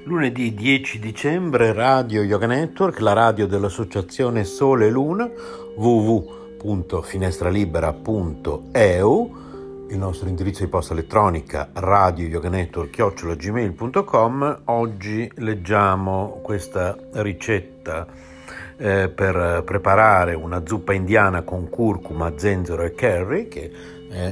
Lunedì 10 dicembre, Radio Yoga Network, la radio dell'associazione Sole e Luna, www.finestralibera.eu, il nostro indirizzo di posta elettronica radioyoganetwork@gmail.com. Oggi leggiamo questa ricetta per preparare una zuppa indiana con curcuma, zenzero e curry, che è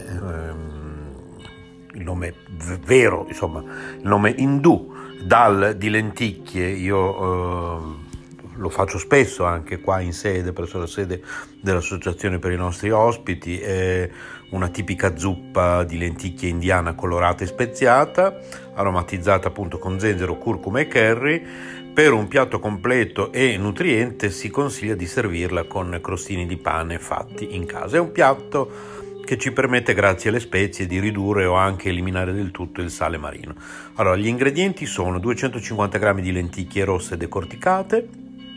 il nome vero, insomma, il nome indù. Dal di lenticchie. Io lo faccio spesso anche qua in sede, presso la sede dell'associazione per i nostri ospiti. È una tipica zuppa di lenticchie indiana colorata e speziata, aromatizzata appunto con zenzero, curcuma e curry. Per un piatto completo e nutriente si consiglia di servirla con crostini di pane fatti in casa. È un piatto che ci permette, grazie alle spezie, di ridurre o anche eliminare del tutto il sale marino. Allora, gli ingredienti sono 250 g di lenticchie rosse decorticate,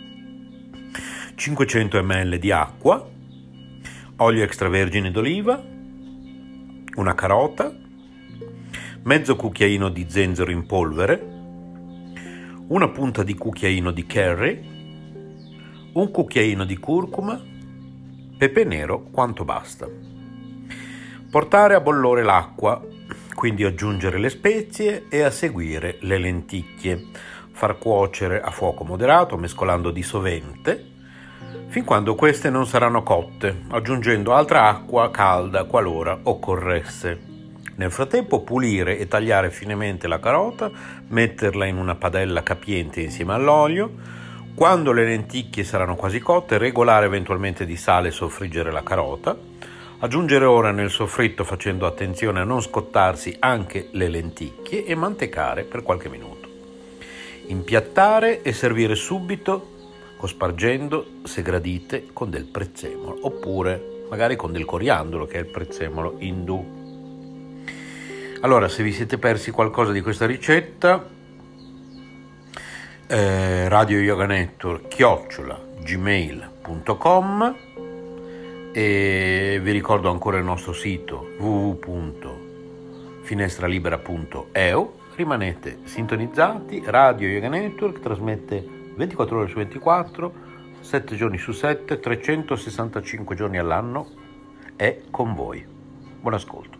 500 ml di acqua, olio extravergine d'oliva, una carota, mezzo cucchiaino di zenzero in polvere, una punta di cucchiaino di curry, un cucchiaino di curcuma, pepe nero quanto basta. Portare a bollore l'acqua, quindi aggiungere le spezie e a seguire le lenticchie. Far cuocere a fuoco moderato, mescolando di sovente, fin quando queste non saranno cotte, aggiungendo altra acqua calda qualora occorresse. Nel frattempo pulire e tagliare finemente la carota, metterla in una padella capiente insieme all'olio. Quando le lenticchie saranno quasi cotte, regolare eventualmente di sale e soffriggere la carota. Aggiungere ora nel soffritto, facendo attenzione a non scottarsi, anche le lenticchie e mantecare per qualche minuto. Impiattare e servire subito, cospargendo, se gradite, con del prezzemolo, oppure magari con del coriandolo, che è il prezzemolo indù. Allora, se vi siete persi qualcosa di questa ricetta, Radio Yoga Network @gmail.com. E vi ricordo ancora il nostro sito www.finestralibera.eu. Rimanete sintonizzati. Radio Yoga Network trasmette 24 ore su 24, 7 giorni su 7, 365 giorni all'anno. È con voi. Buon ascolto.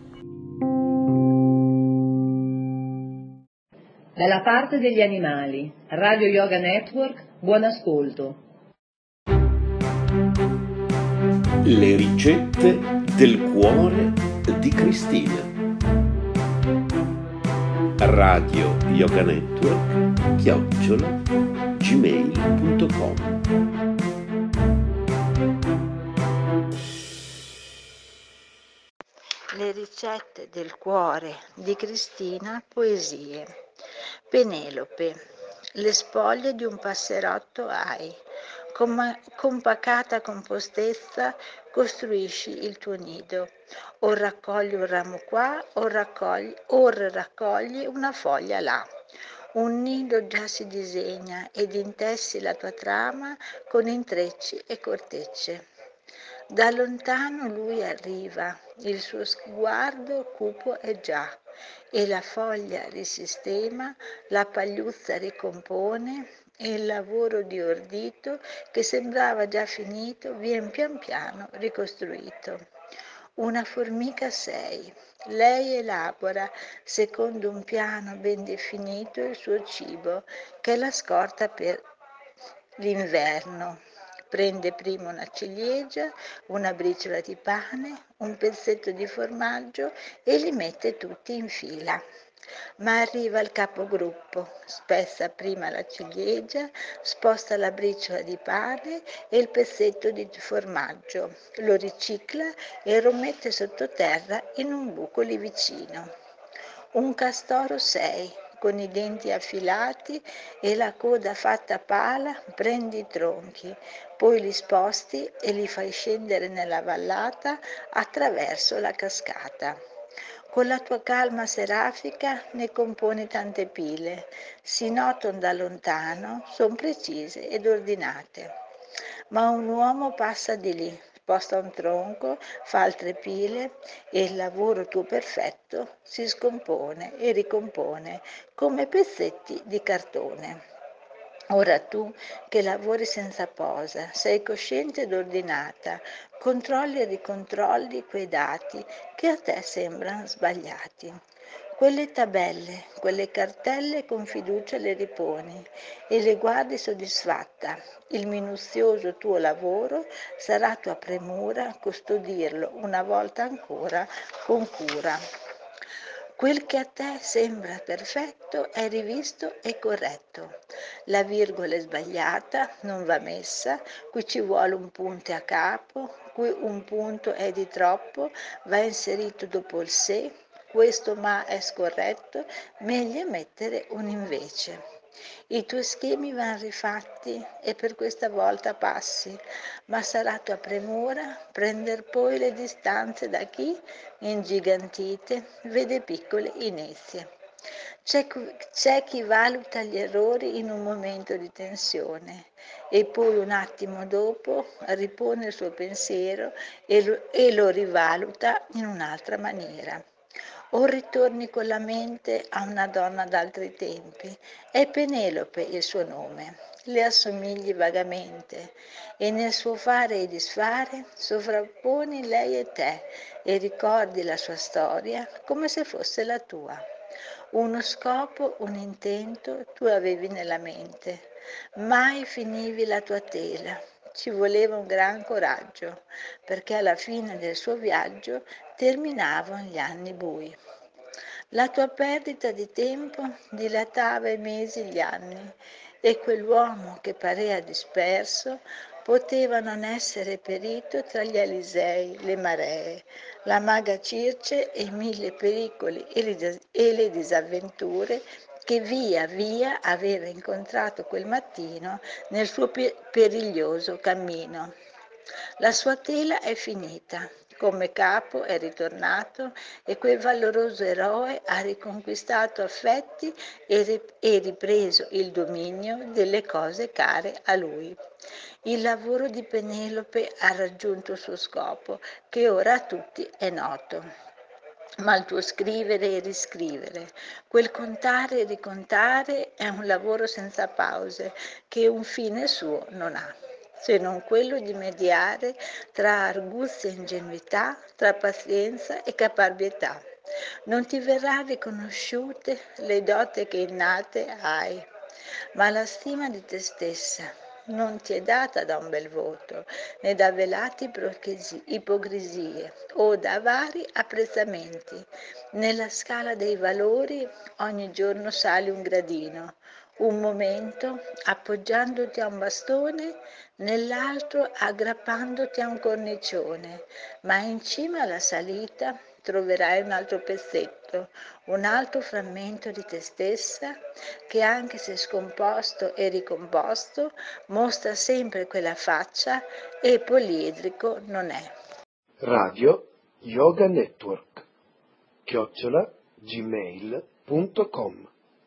Dalla parte degli animali, Radio Yoga Network, buon ascolto. Le ricette del cuore di Cristina. Radio Yoga Network @gmail.com. Le ricette del cuore di Cristina, poesie. Penelope. Le spoglie di un passerotto hai. Con pacata compostezza costruisci il tuo nido. Or raccogli un ramo qua, or raccogli una foglia là. Un nido già si disegna ed intessi la tua trama con intrecci e cortecce. Da lontano lui arriva, il suo sguardo cupo è già, e la foglia risistema, la pagliuzza ricompone, e il lavoro di ordito che sembrava già finito vien pian piano ricostruito. Una formica sei. Lei elabora, secondo un piano ben definito, il suo cibo, che è la scorta per l'inverno. Prende prima una ciliegia, una briciola di pane, un pezzetto di formaggio e li mette tutti in fila. Ma arriva il capogruppo, spezza prima la ciliegia, sposta la briciola di pane e il pezzetto di formaggio, lo ricicla e lo mette sottoterra in un buco lì vicino. Un castoro sei, con i denti affilati e la coda fatta a pala, prendi i tronchi, poi li sposti e li fai scendere nella vallata attraverso la cascata. Con la tua calma serafica ne componi tante pile, si notano da lontano, son precise ed ordinate. Ma un uomo passa di lì, sposta un tronco, fa altre pile e il lavoro tuo perfetto si scompone e ricompone come pezzetti di cartone. Ora tu che lavori senza posa, sei cosciente ed ordinata, controlli e ricontrolli quei dati che a te sembrano sbagliati. Quelle tabelle, quelle cartelle con fiducia le riponi e le guardi soddisfatta. Il minuzioso tuo lavoro sarà tua premura custodirlo una volta ancora con cura. Quel che a te sembra perfetto è rivisto e corretto. La virgola è sbagliata, non va messa, qui ci vuole un punto a capo, qui un punto è di troppo, va inserito dopo il se, questo ma è scorretto, meglio mettere un invece. I tuoi schemi vanno rifatti e per questa volta passi, ma sarà tua premura prender poi le distanze da chi, ingigantite, vede piccole inizie. C'è chi valuta gli errori in un momento di tensione e poi un attimo dopo ripone il suo pensiero e lo rivaluta in un'altra maniera. O ritorni con la mente a una donna d'altri tempi, è Penelope il suo nome, le assomigli vagamente e nel suo fare e disfare sovrapponi lei e te e ricordi la sua storia come se fosse la tua. Uno scopo, un intento tu avevi nella mente, mai finivi la tua tela. Ci voleva un gran coraggio, perché alla fine del suo viaggio terminavano gli anni bui. La tua perdita di tempo dilatava i mesi gli anni e quell'uomo che parea disperso poteva non essere perito tra gli Alisei, le maree, la maga Circe e i mille pericoli e le disavventure che via via aveva incontrato quel mattino nel suo periglioso cammino. La sua tela è finita, come capo è ritornato e quel valoroso eroe ha riconquistato affetti e ripreso il dominio delle cose care a lui. Il lavoro di Penelope ha raggiunto il suo scopo, che ora a tutti è noto. Ma il tuo scrivere e riscrivere, quel contare e ricontare è un lavoro senza pause che un fine suo non ha, se non quello di mediare tra arguzia e ingenuità, tra pazienza e caparbietà. Non ti verrà riconosciute le doti che innate hai, ma la stima di te stessa non ti è data da un bel voto, né da velate ipocrisie o da vari apprezzamenti. Nella scala dei valori ogni giorno sali un gradino, un momento appoggiandoti a un bastone, nell'altro aggrappandoti a un cornicione, ma in cima alla salita troverai un altro pezzetto, un altro frammento di te stessa che anche se scomposto e ricomposto mostra sempre quella faccia e poliedrico non è. Radio Yoga Network @gmail.com.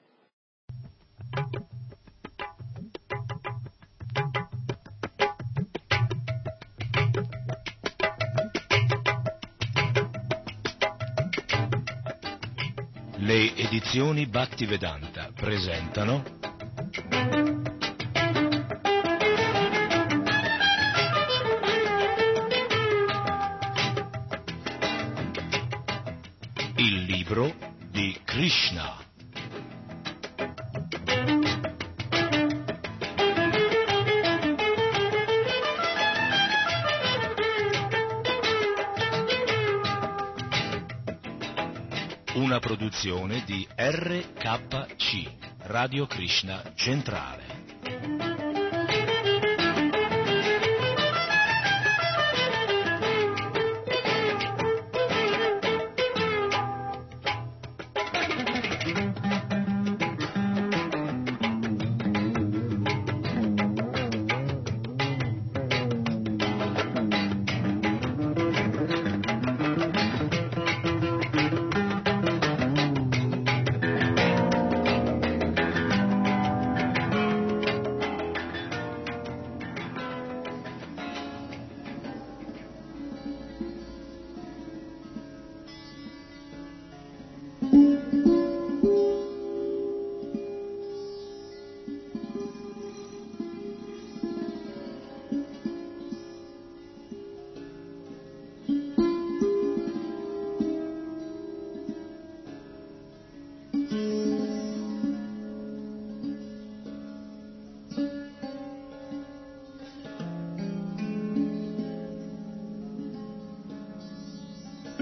Le edizioni Bhaktivedanta presentano il libro di Krishna. Una produzione di RKC, Radio Krishna Centrale.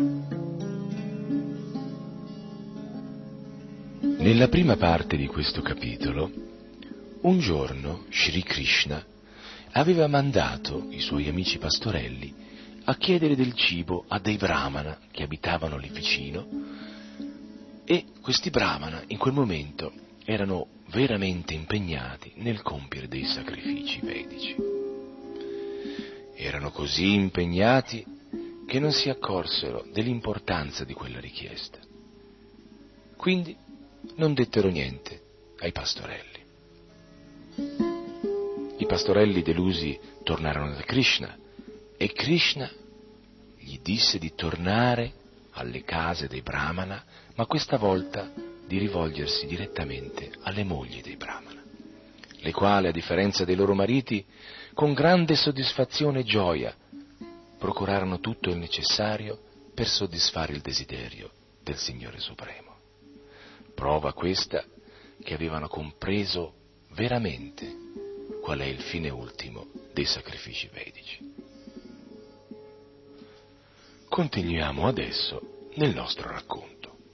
Nella prima parte di questo capitolo, un giorno Sri Krishna aveva mandato i suoi amici pastorelli a chiedere del cibo a dei brahmana che abitavano lì vicino, e questi brahmana in quel momento erano veramente impegnati nel compiere dei sacrifici vedici. Erano così impegnati che non si accorsero dell'importanza di quella richiesta. Quindi non dettero niente ai pastorelli. I pastorelli delusi tornarono da Krishna e Krishna gli disse di tornare alle case dei brahmana, ma questa volta di rivolgersi direttamente alle mogli dei brahmana, le quali, a differenza dei loro mariti, con grande soddisfazione e gioia procurarono tutto il necessario per soddisfare il desiderio del Signore Supremo. Prova questa che avevano compreso veramente qual è il fine ultimo dei sacrifici vedici. Continuiamo adesso nel nostro racconto.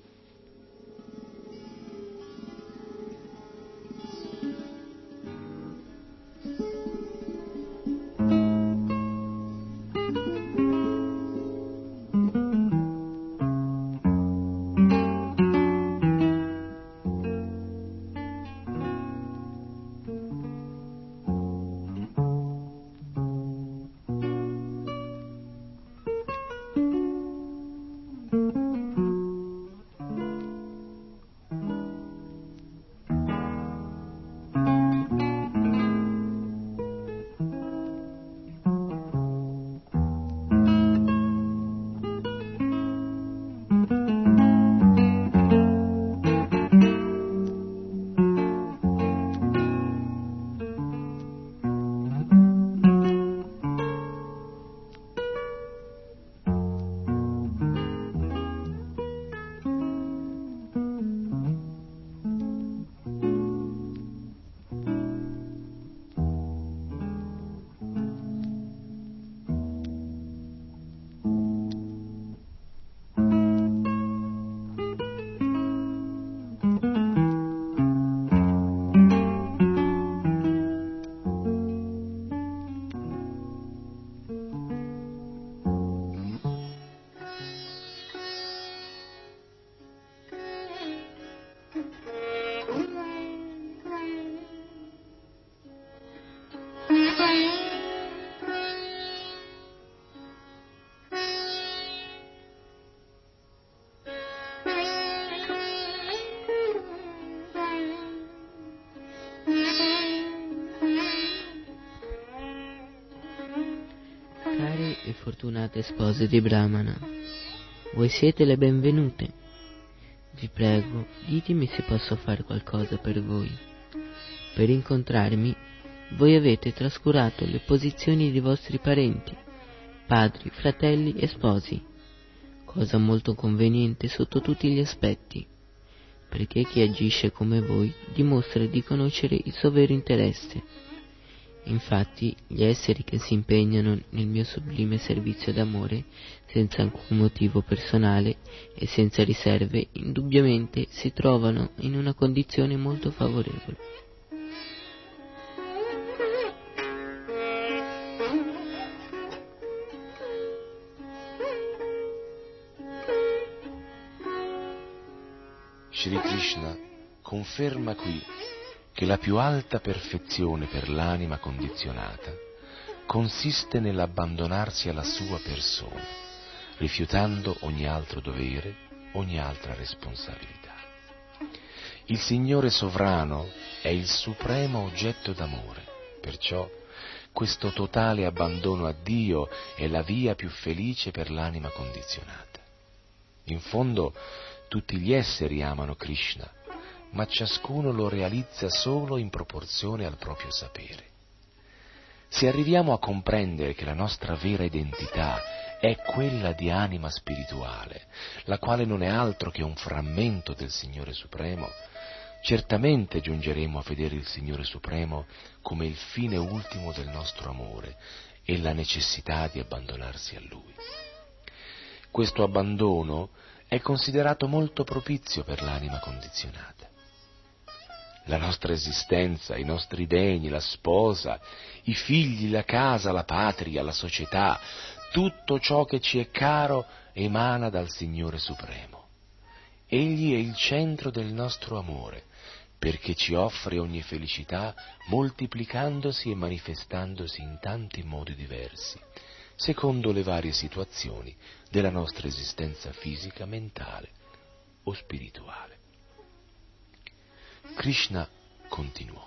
Care e fortunate spose di Brahmana, voi siete le benvenute. Vi prego, ditemi se posso fare qualcosa per voi. Per incontrarmi, voi avete trascurato le posizioni dei vostri parenti, padri, fratelli e sposi, cosa molto conveniente sotto tutti gli aspetti, perché chi agisce come voi dimostra di conoscere il suo vero interesse. Infatti, gli esseri che si impegnano nel mio sublime servizio d'amore, senza alcun motivo personale e senza riserve, indubbiamente si trovano in una condizione molto favorevole. Shri Krishna conferma qui che la più alta perfezione per l'anima condizionata consiste nell'abbandonarsi alla sua persona, rifiutando ogni altro dovere, ogni altra responsabilità. Il Signore sovrano è il supremo oggetto d'amore, perciò questo totale abbandono a Dio è la via più felice per l'anima condizionata. In fondo, tutti gli esseri amano Krishna, ma ciascuno lo realizza solo in proporzione al proprio sapere. Se arriviamo a comprendere che la nostra vera identità è quella di anima spirituale, la quale non è altro che un frammento del Signore Supremo, certamente giungeremo a vedere il Signore Supremo come il fine ultimo del nostro amore e la necessità di abbandonarsi a Lui. Questo abbandono è considerato molto propizio per l'anima condizionata. La nostra esistenza, i nostri beni, la sposa, i figli, la casa, la patria, la società, tutto ciò che ci è caro emana dal Signore Supremo. Egli è il centro del nostro amore, perché ci offre ogni felicità moltiplicandosi e manifestandosi in tanti modi diversi, secondo le varie situazioni della nostra esistenza fisica, mentale o spirituale. Krishna continuò.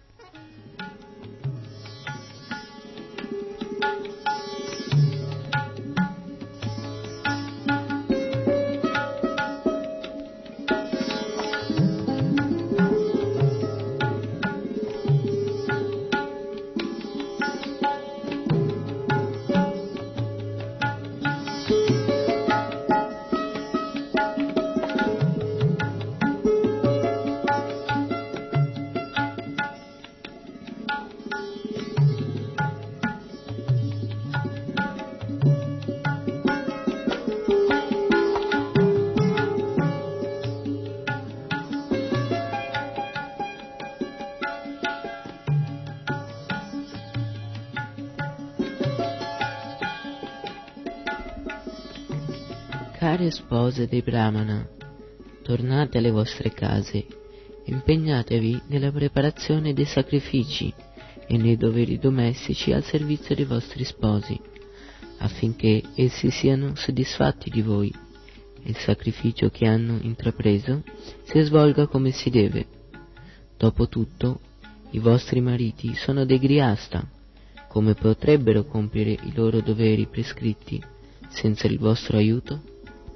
Care spose dei Brahmana, tornate alle vostre case, impegnatevi nella preparazione dei sacrifici e nei doveri domestici al servizio dei vostri sposi, affinché essi siano soddisfatti di voi e il sacrificio che hanno intrapreso si svolga come si deve. Dopotutto, i vostri mariti sono dei griasta, come potrebbero compiere i loro doveri prescritti senza il vostro aiuto?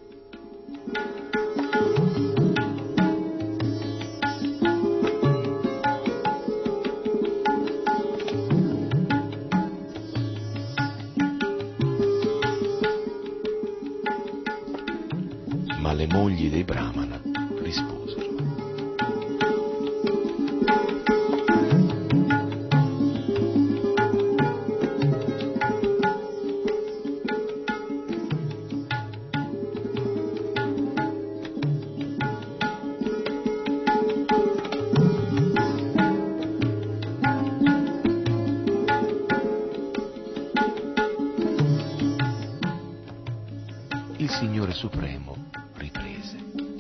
Ma le mogli dei Brahmana risposero: il Signore Supremo riprese: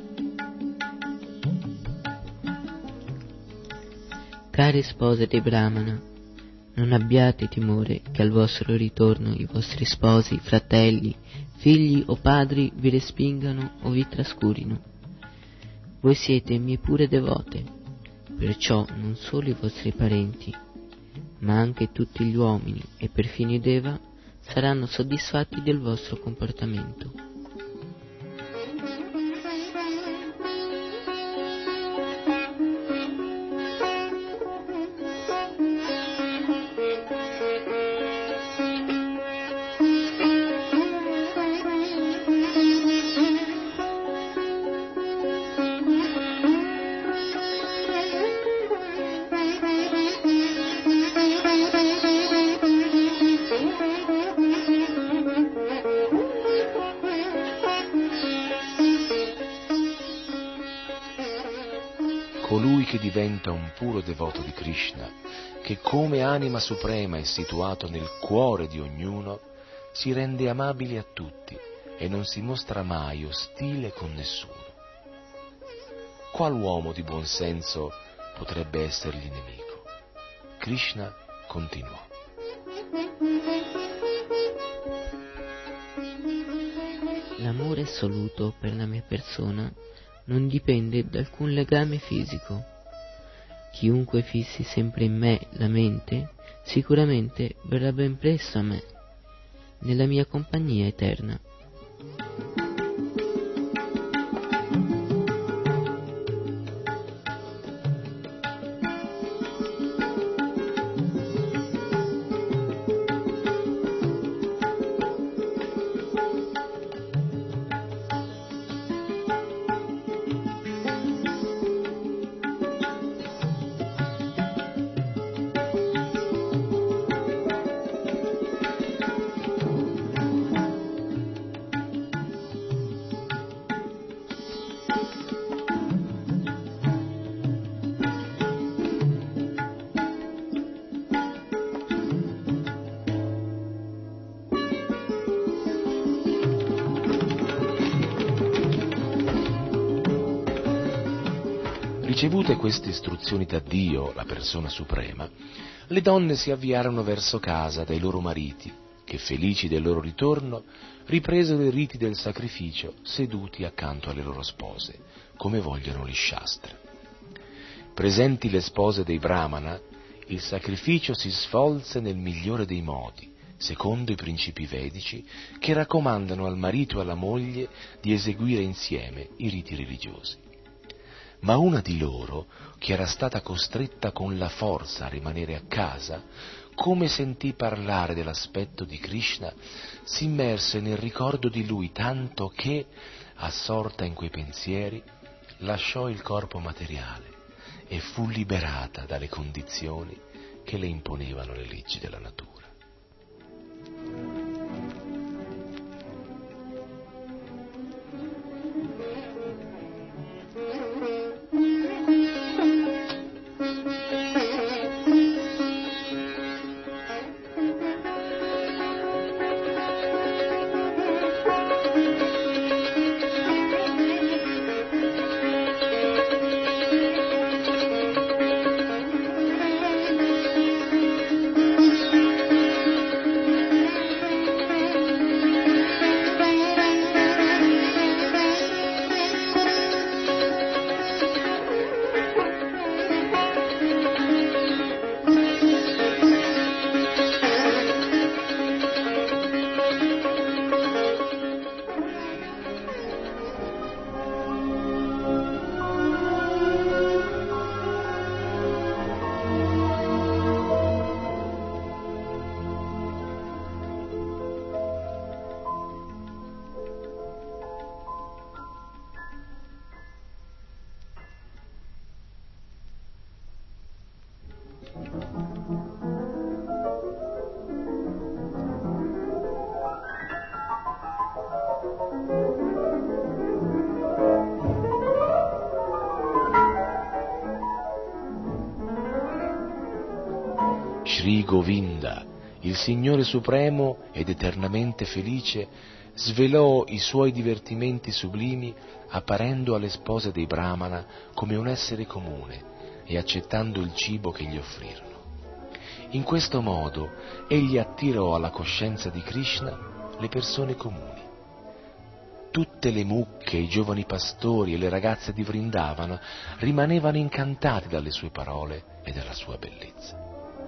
Care spose dei Brahmana, non abbiate timore che al vostro ritorno i vostri sposi, fratelli, figli o padri vi respingano o vi trascurino. Voi siete mie pure devote, perciò non solo i vostri parenti, ma anche tutti gli uomini e perfino i Deva saranno soddisfatti del vostro comportamento. Colui che diventa un puro devoto di Krishna, che come anima suprema è situato nel cuore di ognuno, si rende amabile a tutti e non si mostra mai ostile con nessuno. Qual uomo di buon senso potrebbe essergli nemico? Krishna continuò: L'amore assoluto per la mia persona non dipende da alcun legame fisico. Chiunque fissi sempre in me la mente, sicuramente verrà ben presto a me, nella mia compagnia eterna. Ricevute queste istruzioni da Dio, la persona suprema, le donne si avviarono verso casa dai loro mariti, che felici del loro ritorno ripresero i riti del sacrificio seduti accanto alle loro spose, come vogliono gli Shastra. Presenti le spose dei Brahmana, il sacrificio si svolse nel migliore dei modi, secondo i principi vedici che raccomandano al marito e alla moglie di eseguire insieme i riti religiosi. Ma una di loro, che era stata costretta con la forza a rimanere a casa, come sentì parlare dell'aspetto di Krishna, si immerse nel ricordo di lui tanto che, assorta in quei pensieri, lasciò il corpo materiale e fu liberata dalle condizioni che le imponevano le leggi della natura. Sri Govinda, il Signore Supremo ed eternamente felice, svelò i suoi divertimenti sublimi apparendo alle spose dei Brahmana come un essere comune e accettando il cibo che gli offrirono. In questo modo egli attirò alla coscienza di Krishna le persone comuni. Tutte le mucche, i giovani pastori e le ragazze di Vrindavana rimanevano incantati dalle sue parole e dalla sua bellezza.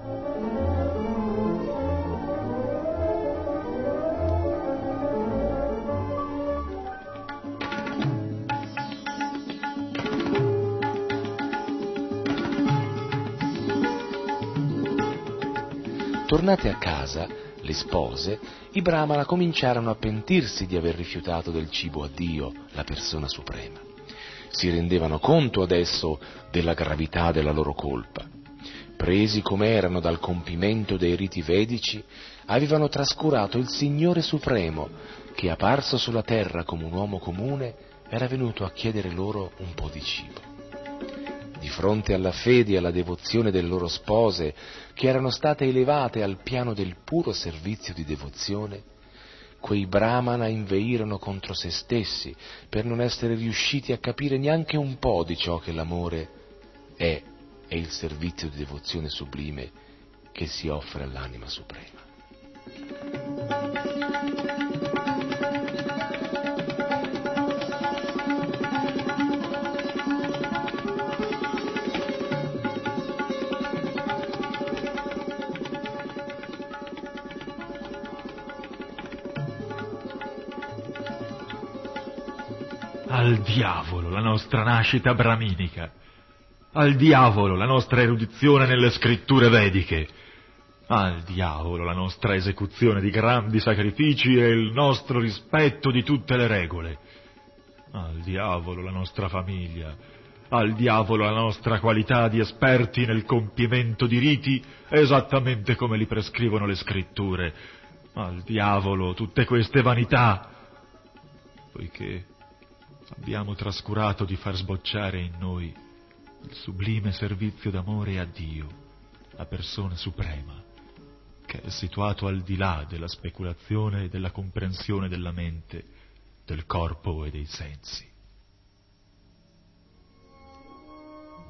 Tornate a casa, le spose, i Brahmana cominciarono a pentirsi di aver rifiutato del cibo a Dio, la persona suprema. Si rendevano conto adesso della gravità della loro colpa. Presi come erano dal compimento dei riti vedici, avevano trascurato il Signore Supremo, che apparso sulla terra come un uomo comune, era venuto a chiedere loro un po' di cibo. Di fronte alla fede e alla devozione delle loro spose, che erano state elevate al piano del puro servizio di devozione, quei Brahmana inveirono contro se stessi per non essere riusciti a capire neanche un po' di ciò che l'amore è e il servizio di devozione sublime che si offre all'anima suprema. Al diavolo la nostra nascita brahminica, al diavolo la nostra erudizione nelle scritture vediche, al diavolo la nostra esecuzione di grandi sacrifici e il nostro rispetto di tutte le regole, al diavolo la nostra famiglia, al diavolo la nostra qualità di esperti nel compimento di riti esattamente come li prescrivono le scritture, al diavolo tutte queste vanità, poiché abbiamo trascurato di far sbocciare in noi il sublime servizio d'amore a Dio, la persona suprema, che è situato al di là della speculazione e della comprensione della mente, del corpo e dei sensi.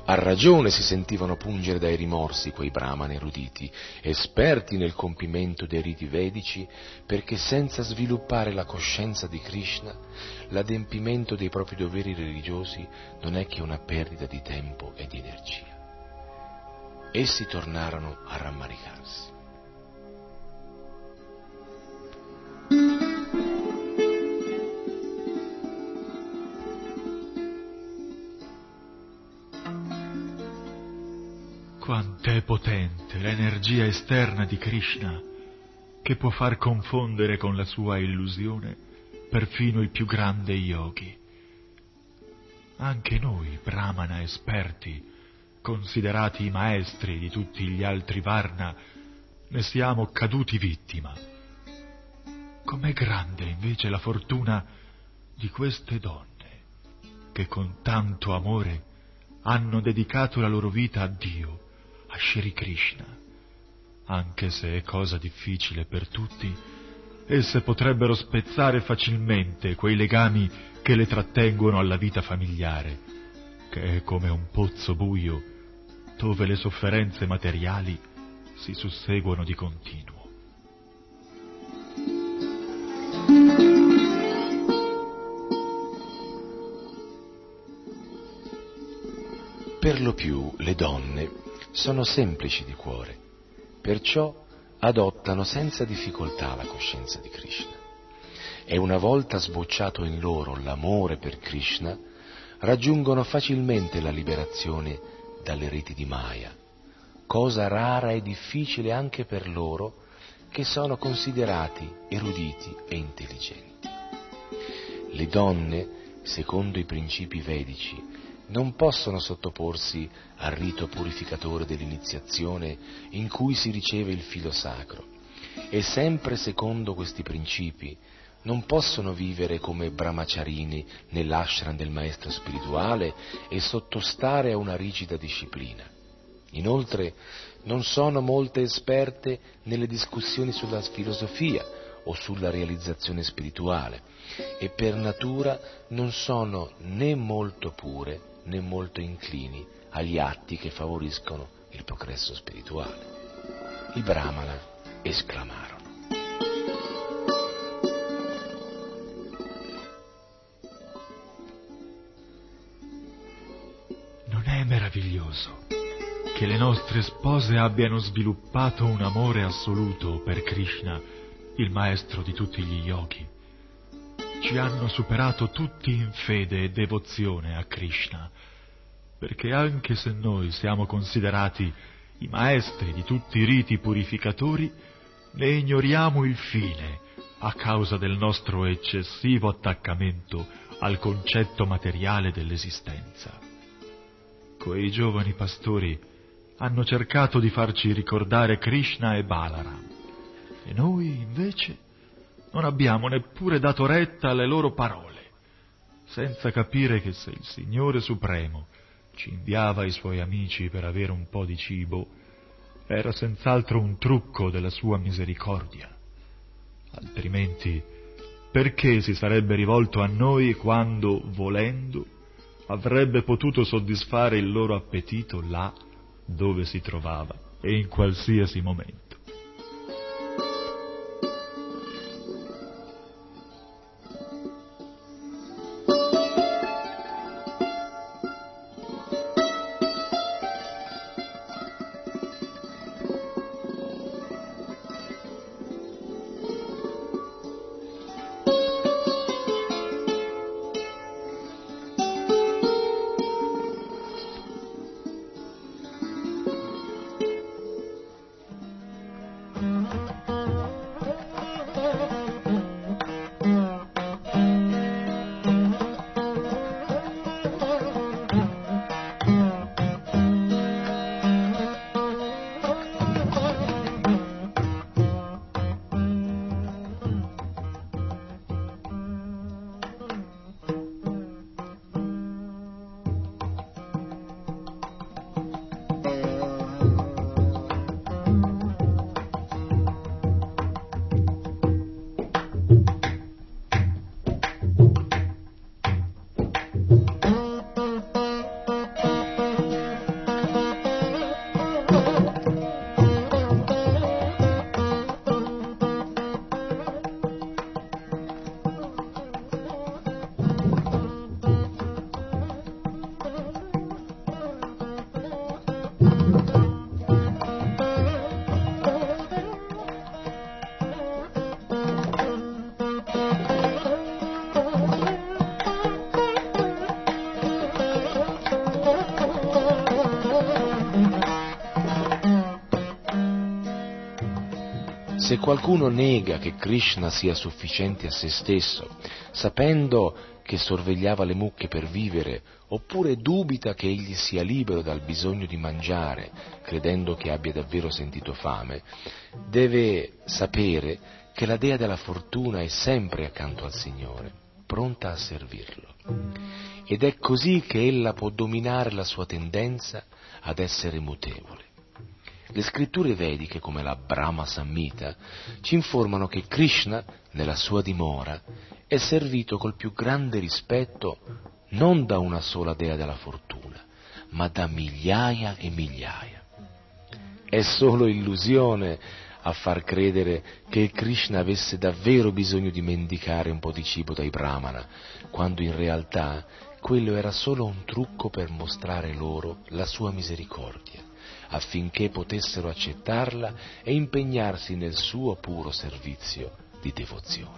A ragione si sentivano pungere dai rimorsi quei brahmani eruditi, esperti nel compimento dei riti vedici, perché senza sviluppare la coscienza di Krishna, l'adempimento dei propri doveri religiosi non è che una perdita di tempo e di energia. Essi tornarono a rammaricarsi. Quant'è potente l'energia esterna di Krishna, che può far confondere con la sua illusione perfino il più grande yogi. Anche noi, brahmana esperti, considerati i maestri di tutti gli altri varna, ne siamo caduti vittima. Com'è grande invece la fortuna di queste donne, che con tanto amore hanno dedicato la loro vita a Dio, a Shri Krishna. Anche se è cosa difficile per tutti, esse potrebbero spezzare facilmente quei legami che le trattengono alla vita familiare, che è come un pozzo buio dove le sofferenze materiali si susseguono di continuo. Per lo più le donne sono semplici di cuore, perciò adottano senza difficoltà la coscienza di Krishna. E una volta sbocciato in loro l'amore per Krishna, raggiungono facilmente la liberazione dalle reti di Maya, cosa rara e difficile anche per loro che sono considerati eruditi e intelligenti. Le donne, secondo i principi vedici, non possono sottoporsi al rito purificatore dell'iniziazione in cui si riceve il filo sacro, e sempre secondo questi principi non possono vivere come brahmacharini nell'ashram del maestro spirituale e sottostare a una rigida disciplina. Inoltre non sono molte esperte nelle discussioni sulla filosofia o sulla realizzazione spirituale, e per natura non sono né molto pure né molto inclini agli atti che favoriscono il progresso spirituale. I brahmana esclamarono: Non è meraviglioso che le nostre spose abbiano sviluppato un amore assoluto per Krishna, il maestro di tutti gli yogi? Ci hanno superato tutti in fede e devozione a Krishna, perché anche se noi siamo considerati i maestri di tutti i riti purificatori, ne ignoriamo il fine a causa del nostro eccessivo attaccamento al concetto materiale dell'esistenza. Quei giovani pastori hanno cercato di farci ricordare Krishna e Balaram, e noi invece non abbiamo neppure dato retta alle loro parole, senza capire che se il Signore Supremo ci inviava i Suoi amici per avere un po' di cibo, era senz'altro un trucco della Sua misericordia. Altrimenti, perché si sarebbe rivolto a noi quando, volendo, avrebbe potuto soddisfare il loro appetito là dove si trovava e in qualsiasi momento? Se qualcuno nega che Krishna sia sufficiente a se stesso, sapendo che sorvegliava le mucche per vivere, oppure dubita che egli sia libero dal bisogno di mangiare, credendo che abbia davvero sentito fame, deve sapere che la dea della fortuna è sempre accanto al Signore, pronta a servirlo. Ed è così che ella può dominare la sua tendenza ad essere mutevole. Le scritture vediche, come la Brahma Samhita, ci informano che Krishna, nella sua dimora, è servito col più grande rispetto non da una sola dea della fortuna, ma da migliaia e migliaia. È solo illusione a far credere che Krishna avesse davvero bisogno di mendicare un po' di cibo dai Brahmana, quando in realtà quello era solo un trucco per mostrare loro la sua misericordia, affinché potessero accettarla e impegnarsi nel suo puro servizio di devozione.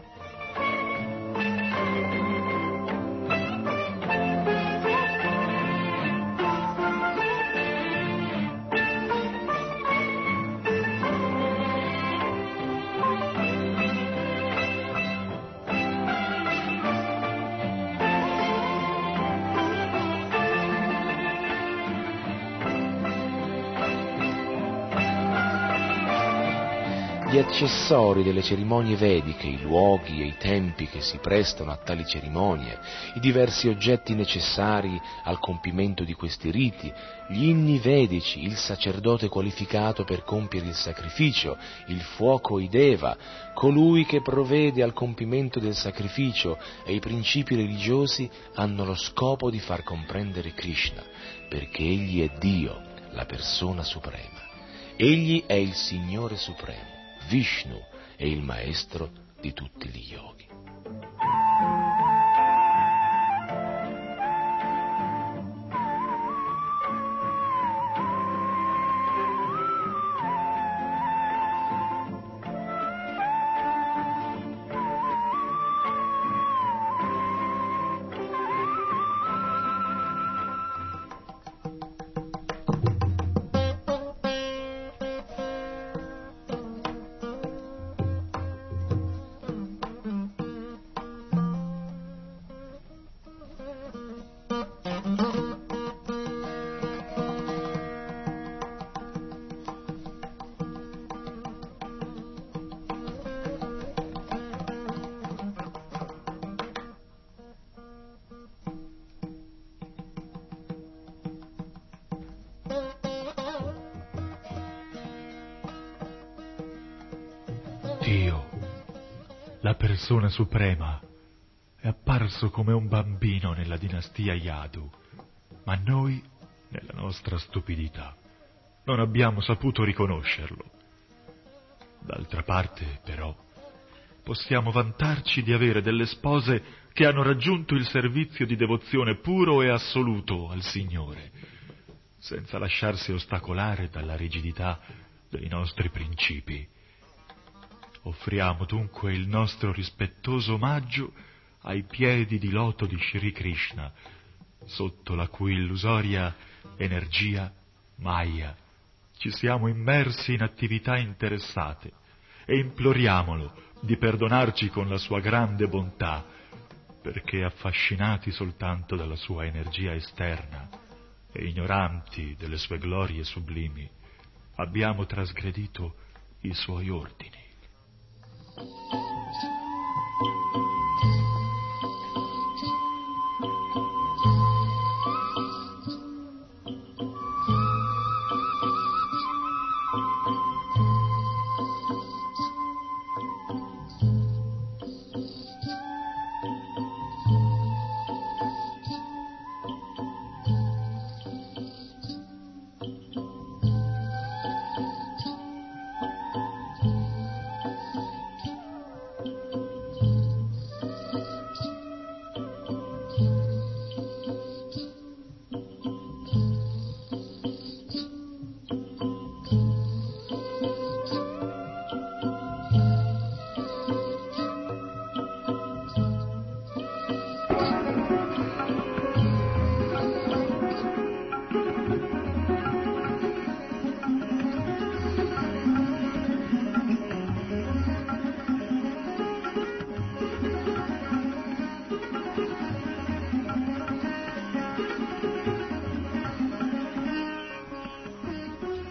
Gli accessori delle cerimonie vediche, i luoghi e i tempi che si prestano a tali cerimonie, i diversi oggetti necessari al compimento di questi riti, gli inni vedici, il sacerdote qualificato per compiere il sacrificio, il fuoco Ideva, colui che provvede al compimento del sacrificio e i principi religiosi hanno lo scopo di far comprendere Krishna, perché Egli è Dio, la persona suprema. Egli è il Signore Supremo. Vishnu è il maestro di tutti gli yogi. Dio, la persona suprema, è apparso come un bambino nella dinastia Yadu, ma noi, nella nostra stupidità, non abbiamo saputo riconoscerlo. D'altra parte, però, possiamo vantarci di avere delle spose che hanno raggiunto il servizio di devozione puro e assoluto al Signore, senza lasciarsi ostacolare dalla rigidità dei nostri principi. Offriamo dunque il nostro rispettoso omaggio ai piedi di loto di Shri Krishna, sotto la cui illusoria energia Maya ci siamo immersi in attività interessate, e imploriamolo di perdonarci con la sua grande bontà, perché affascinati soltanto dalla sua energia esterna e ignoranti delle sue glorie sublimi, abbiamo trasgredito i suoi ordini.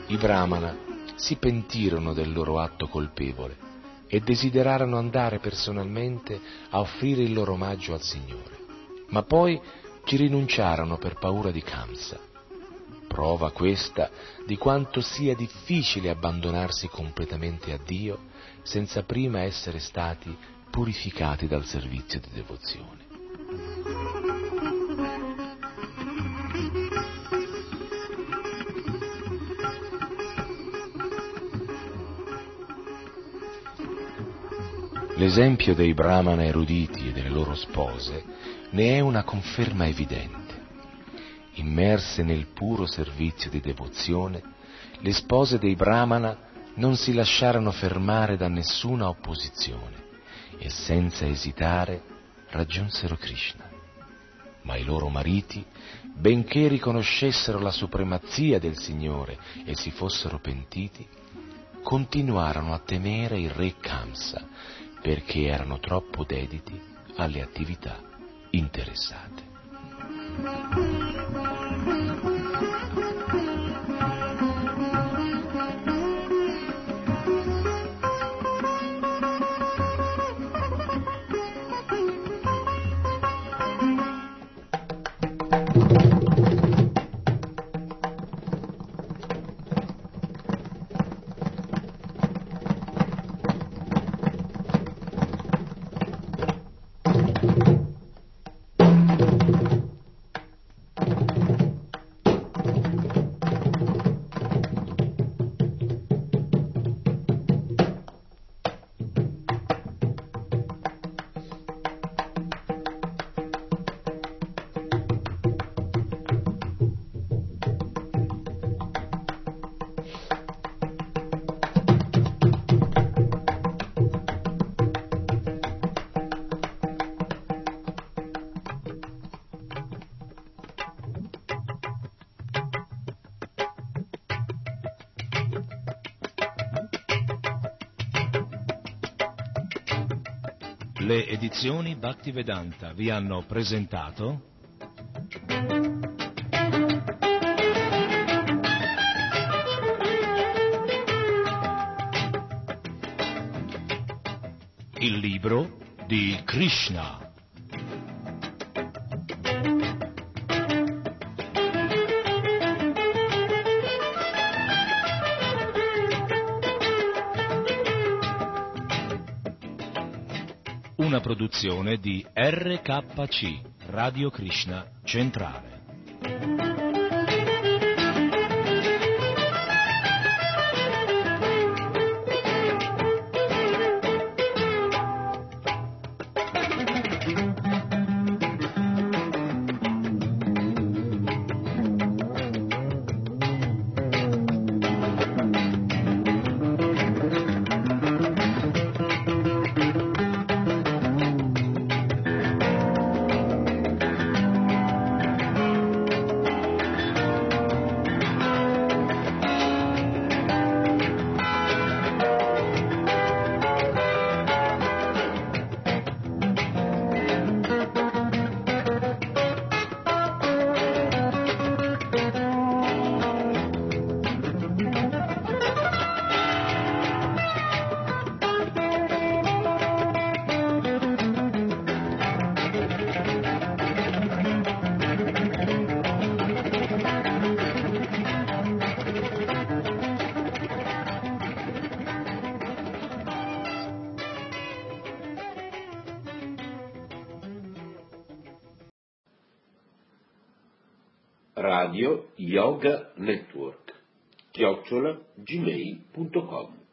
i Brahmana si pentirono del loro atto colpevole e desiderarono andare personalmente a offrire il loro omaggio al Signore, ma poi ci rinunciarono per paura di Kamsa. Prova questa di quanto sia difficile abbandonarsi completamente a Dio senza prima essere stati purificati dal servizio di devozione. L'esempio dei Brahmana eruditi e delle loro spose ne è una conferma evidente. Immerse nel puro servizio di devozione, le spose dei Brahmana non si lasciarono fermare da nessuna opposizione e senza esitare raggiunsero Krishna. Ma i loro mariti, benché riconoscessero la supremazia del Signore e si fossero pentiti, continuarono a temere il re Kamsa perché erano troppo dediti alle attività interessate. Le edizioni Bhaktivedanta vi hanno presentato il libro di Krishna. Una produzione di RKC, Radio Krishna Centrale. Radio Yoga Network @gmail.com